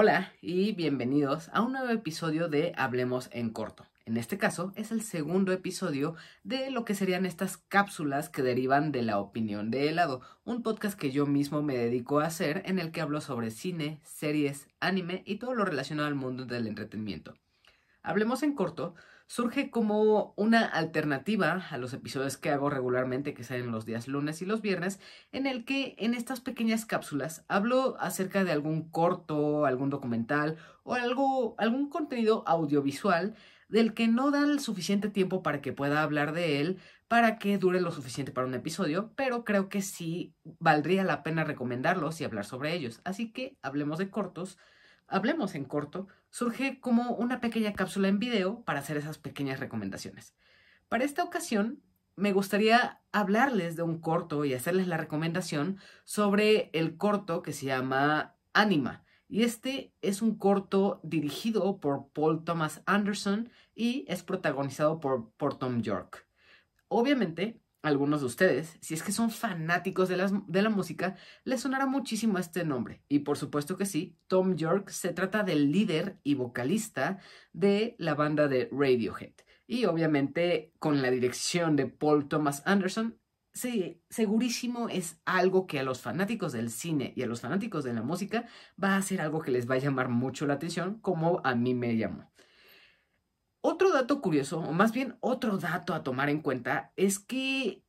Hola y bienvenidos a un nuevo episodio de Hablemos en Corto. En este caso es el segundo episodio de lo que serían estas cápsulas que derivan de la opinión de helado, un podcast que yo mismo me dedico a hacer en el que hablo sobre cine, series, anime y todo lo relacionado al mundo del entretenimiento. Hablemos en Corto surge como una alternativa a los episodios que hago regularmente, que salen los días lunes y los viernes, en el que en estas pequeñas cápsulas hablo acerca de algún corto, algún documental o algún contenido audiovisual del que no da el suficiente tiempo para que pueda hablar de él, para que dure lo suficiente para un episodio, pero creo que sí valdría la pena recomendarlos y hablar sobre ellos. Así que Hablemos en Corto surge como una pequeña cápsula en video para hacer esas pequeñas recomendaciones. Para esta ocasión, me gustaría hablarles de un corto y hacerles la recomendación sobre el corto que se llama Anima. Y este es un corto dirigido por Paul Thomas Anderson y es protagonizado por Tom York. Obviamente, algunos de ustedes, si es que son fanáticos de la música, les sonará muchísimo este nombre. Y por supuesto que sí, Tom York se trata del líder y vocalista de la banda de Radiohead. Y obviamente con la dirección de Paul Thomas Anderson, sí, segurísimo es algo que a los fanáticos del cine y a los fanáticos de la música va a ser algo que les va a llamar mucho la atención, como a mí me llamó. Otro dato curioso, o más bien otro dato a tomar en cuenta, es que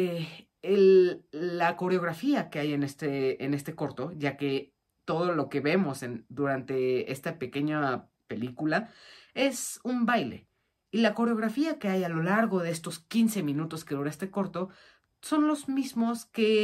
la coreografía que hay en este corto, ya que todo lo que vemos durante esta pequeña película es un baile. Y la coreografía que hay a lo largo de estos 15 minutos que dura este corto son los mismos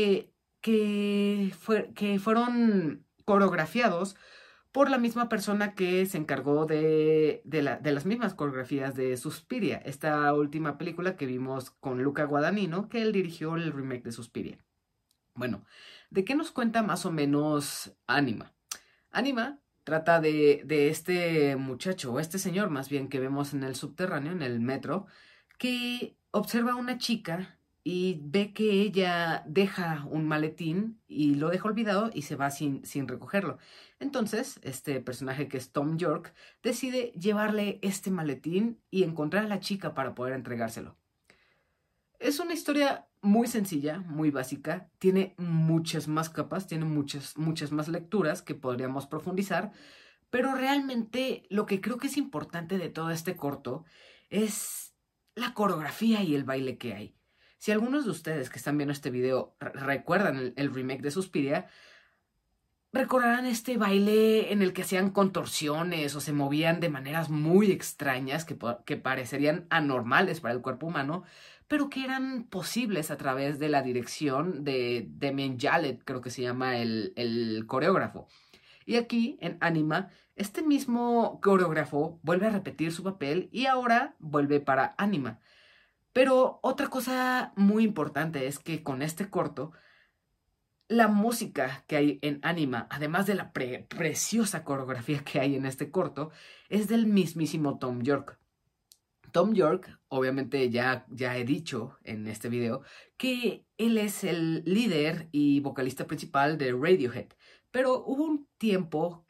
que fueron coreografiados por la misma persona que se encargó de las mismas coreografías de Suspiria, esta última película que vimos con Luca Guadagnino, que él dirigió el remake de Suspiria. Bueno, ¿de qué nos cuenta más o menos Anima? Anima trata de este muchacho, o este señor más bien, que vemos en el subterráneo, en el metro, que observa a una chica y ve que ella deja un maletín y lo deja olvidado y se va sin recogerlo. Entonces, este personaje que es Tom York decide llevarle este maletín y encontrar a la chica para poder entregárselo. Es una historia muy sencilla, muy básica, tiene muchas más capas, tiene muchas más lecturas que podríamos profundizar, pero realmente lo que creo que es importante de todo este corto es la coreografía y el baile que hay. Si algunos de ustedes que están viendo este video recuerdan el remake de Suspiria, recordarán este baile en el que hacían contorsiones o se movían de maneras muy extrañas que parecerían anormales para el cuerpo humano, pero que eran posibles a través de la dirección de Damien Jallet, creo que se llama el coreógrafo. Y aquí, en Anima, este mismo coreógrafo vuelve a repetir su papel y ahora vuelve para Anima. Pero otra cosa muy importante es que con este corto, la música que hay en Anima, además de la preciosa coreografía que hay en este corto, es del mismísimo Tom York. Tom York, obviamente ya he dicho en este video, que él es el líder y vocalista principal de Radiohead, pero hubo un tiempo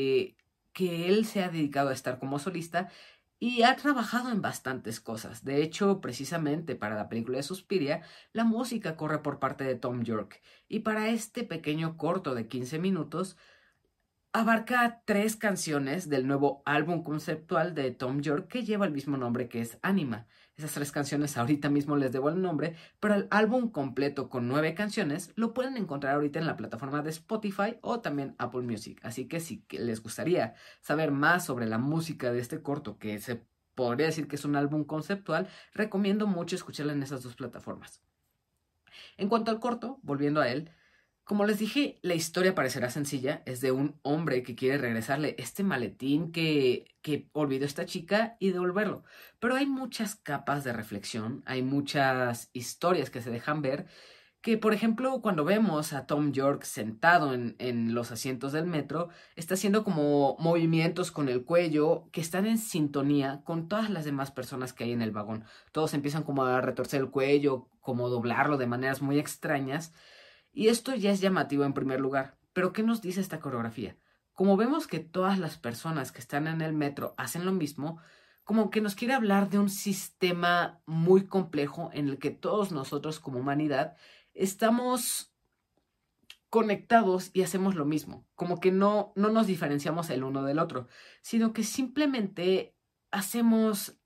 que él se ha dedicado a estar como solista y ha trabajado en bastantes cosas. De hecho, precisamente para la película de Suspiria, la música corre por parte de Tom York. Y para este pequeño corto de 15 minutos, abarca 3 canciones del nuevo álbum conceptual de Tom York que lleva el mismo nombre, que es Anima. Esas 3 canciones ahorita mismo les debo el nombre, pero el álbum completo con 9 canciones lo pueden encontrar ahorita en la plataforma de Spotify o también Apple Music. Así que si les gustaría saber más sobre la música de este corto, que se podría decir que es un álbum conceptual, recomiendo mucho escucharla en esas 2 plataformas. En cuanto al corto, volviendo a él, como les dije, la historia parecerá sencilla. Es de un hombre que quiere regresarle este maletín que olvidó esta chica y devolverlo. Pero hay muchas capas de reflexión, hay muchas historias que se dejan ver. Que, por ejemplo, cuando vemos a Tom York sentado en los asientos del metro, está haciendo como movimientos con el cuello que están en sintonía con todas las demás personas que hay en el vagón. Todos empiezan como a retorcer el cuello, como doblarlo de maneras muy extrañas. Y esto ya es llamativo en primer lugar. Pero ¿qué nos dice esta coreografía? como vemos que todas las personas que están en el metro hacen lo mismo, como que nos quiere hablar de un sistema muy complejo en el que todos nosotros como humanidad estamos conectados y hacemos lo mismo, como que no nos diferenciamos el uno del otro, sino que simplemente hacemos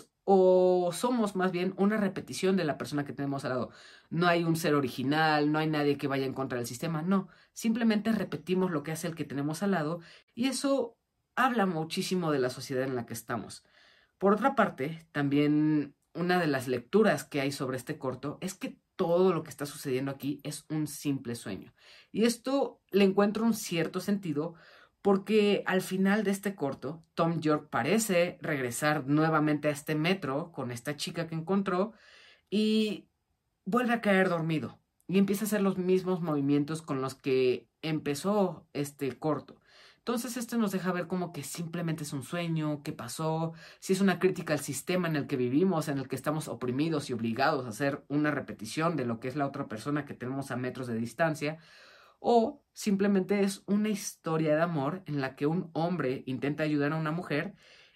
o somos más bien una repetición de la persona que tenemos al lado. No hay un ser original, no hay nadie que vaya en contra del sistema, no, simplemente repetimos lo que hace el que tenemos al lado y eso habla muchísimo de la sociedad en la que estamos. Por otra parte, también una de las lecturas que hay sobre este corto es que todo lo que está sucediendo aquí es un simple sueño. Y esto le encuentro un cierto sentido porque al final de este corto, Tom York parece regresar nuevamente a este metro con esta chica que encontró y vuelve a caer dormido y empieza a hacer los mismos movimientos con los que empezó este corto. Entonces esto nos deja ver como que simplemente es un sueño, qué pasó, si es una crítica al sistema en el que vivimos, en el que estamos oprimidos y obligados a hacer una repetición de lo que es la otra persona que tenemos a metros de distancia, o simplemente es una historia de amor en la que un hombre intenta ayudar a una mujer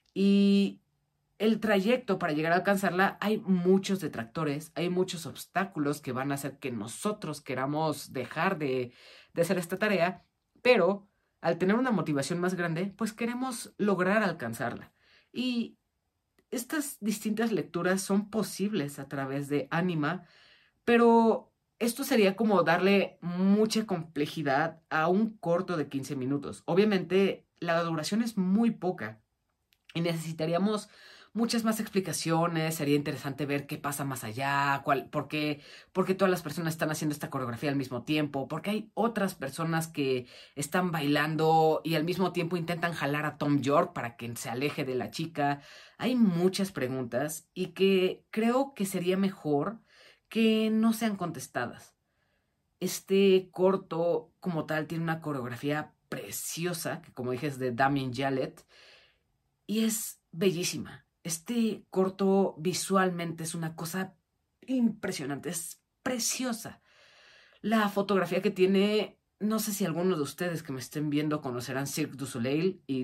y el trayecto para llegar a alcanzarla hay muchos detractores, hay muchos obstáculos que van a hacer que nosotros queramos dejar de hacer esta tarea, pero al tener una motivación más grande, pues queremos lograr alcanzarla. Y estas distintas lecturas son posibles a través de Anima, pero esto sería como darle mucha complejidad a un corto de 15 minutos. Obviamente, la duración es muy poca y necesitaríamos muchas más explicaciones. Sería interesante ver qué pasa más allá, por qué todas las personas están haciendo esta coreografía al mismo tiempo, por qué hay otras personas que están bailando y al mismo tiempo intentan jalar a Tom York para que se aleje de la chica. Hay muchas preguntas y que creo que sería mejor que no sean contestadas. Este corto como tal tiene una coreografía preciosa, que como dije es de Damien Jallet, y es bellísima. Este corto visualmente es una cosa impresionante, es preciosa. La fotografía que tiene, no sé si algunos de ustedes que me estén viendo conocerán Cirque du Soleil y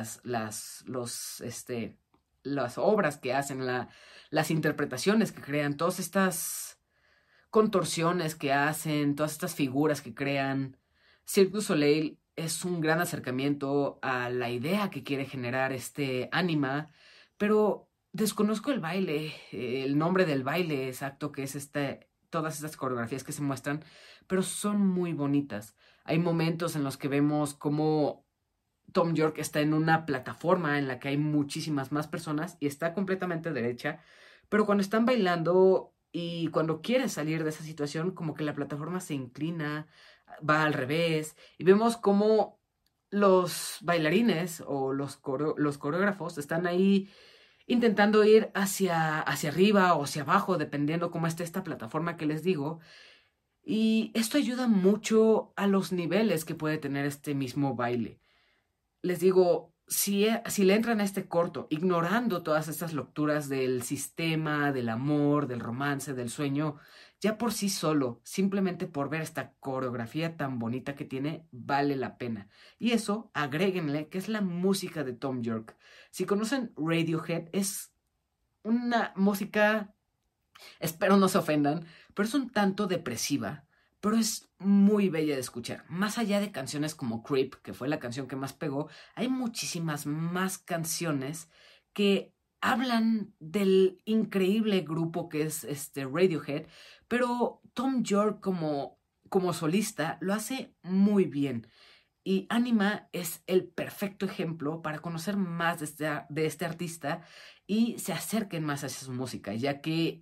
las obras que hacen, las interpretaciones que crean, todas estas contorsiones que hacen, todas estas figuras que crean. Cirque du Soleil es un gran acercamiento a la idea que quiere generar este Anima, pero desconozco el baile, el nombre del baile exacto que es todas estas coreografías que se muestran, pero son muy bonitas. Hay momentos en los que vemos cómo Tom York está en una plataforma en la que hay muchísimas más personas y está completamente derecha, pero cuando están bailando y cuando quiere salir de esa situación, como que la plataforma se inclina, va al revés, y vemos cómo los bailarines o los coreógrafos están ahí intentando ir hacia arriba o hacia abajo, dependiendo cómo esté esta plataforma que les digo, y esto ayuda mucho a los niveles que puede tener este mismo baile. Les digo, si le entran a este corto, ignorando todas estas lecturas del sistema, del amor, del romance, del sueño, ya por sí solo, simplemente por ver esta coreografía tan bonita que tiene, vale la pena. Y eso, agréguenle que es la música de Tom York. Si conocen Radiohead, es una música, espero no se ofendan, pero es un tanto depresiva, pero es muy bella de escuchar. Más allá de canciones como Creep, que fue la canción que más pegó, hay muchísimas más canciones que hablan del increíble grupo que es este Radiohead, pero Tom York como solista lo hace muy bien. Y Anima es el perfecto ejemplo para conocer más de este artista y se acerquen más hacia su música, ya que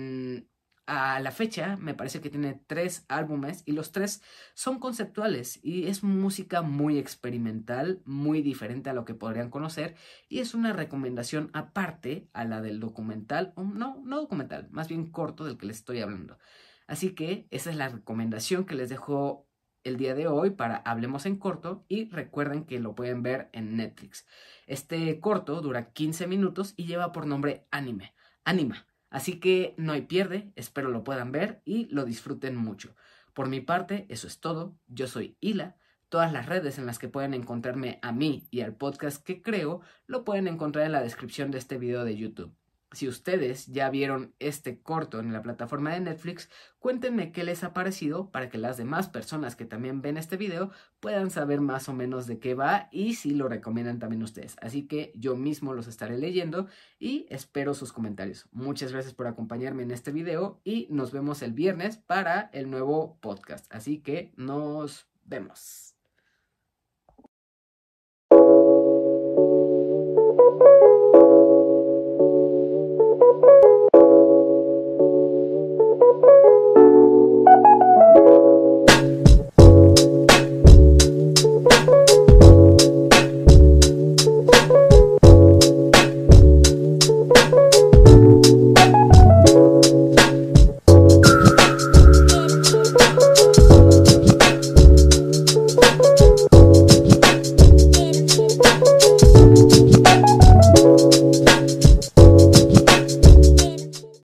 a la fecha me parece que tiene 3 álbumes y los 3 son conceptuales y es música muy experimental, muy diferente a lo que podrían conocer y es una recomendación aparte a la del documental, o no documental, más bien corto del que les estoy hablando. Así que esa es la recomendación que les dejo el día de hoy para Hablemos en Corto y recuerden que lo pueden ver en Netflix. Este corto dura 15 minutos y lleva por nombre Anima. Así que no hay pierde, espero lo puedan ver y lo disfruten mucho. Por mi parte, eso es todo. Yo soy Hila. Todas las redes en las que pueden encontrarme a mí y al podcast que creo, lo pueden encontrar en la descripción de este video de YouTube. Si ustedes ya vieron este corto en la plataforma de Netflix, cuéntenme qué les ha parecido para que las demás personas que también ven este video puedan saber más o menos de qué va y si lo recomiendan también ustedes. Así que yo mismo los estaré leyendo y espero sus comentarios. Muchas gracias por acompañarme en este video y nos vemos el viernes para el nuevo podcast. Así que nos vemos.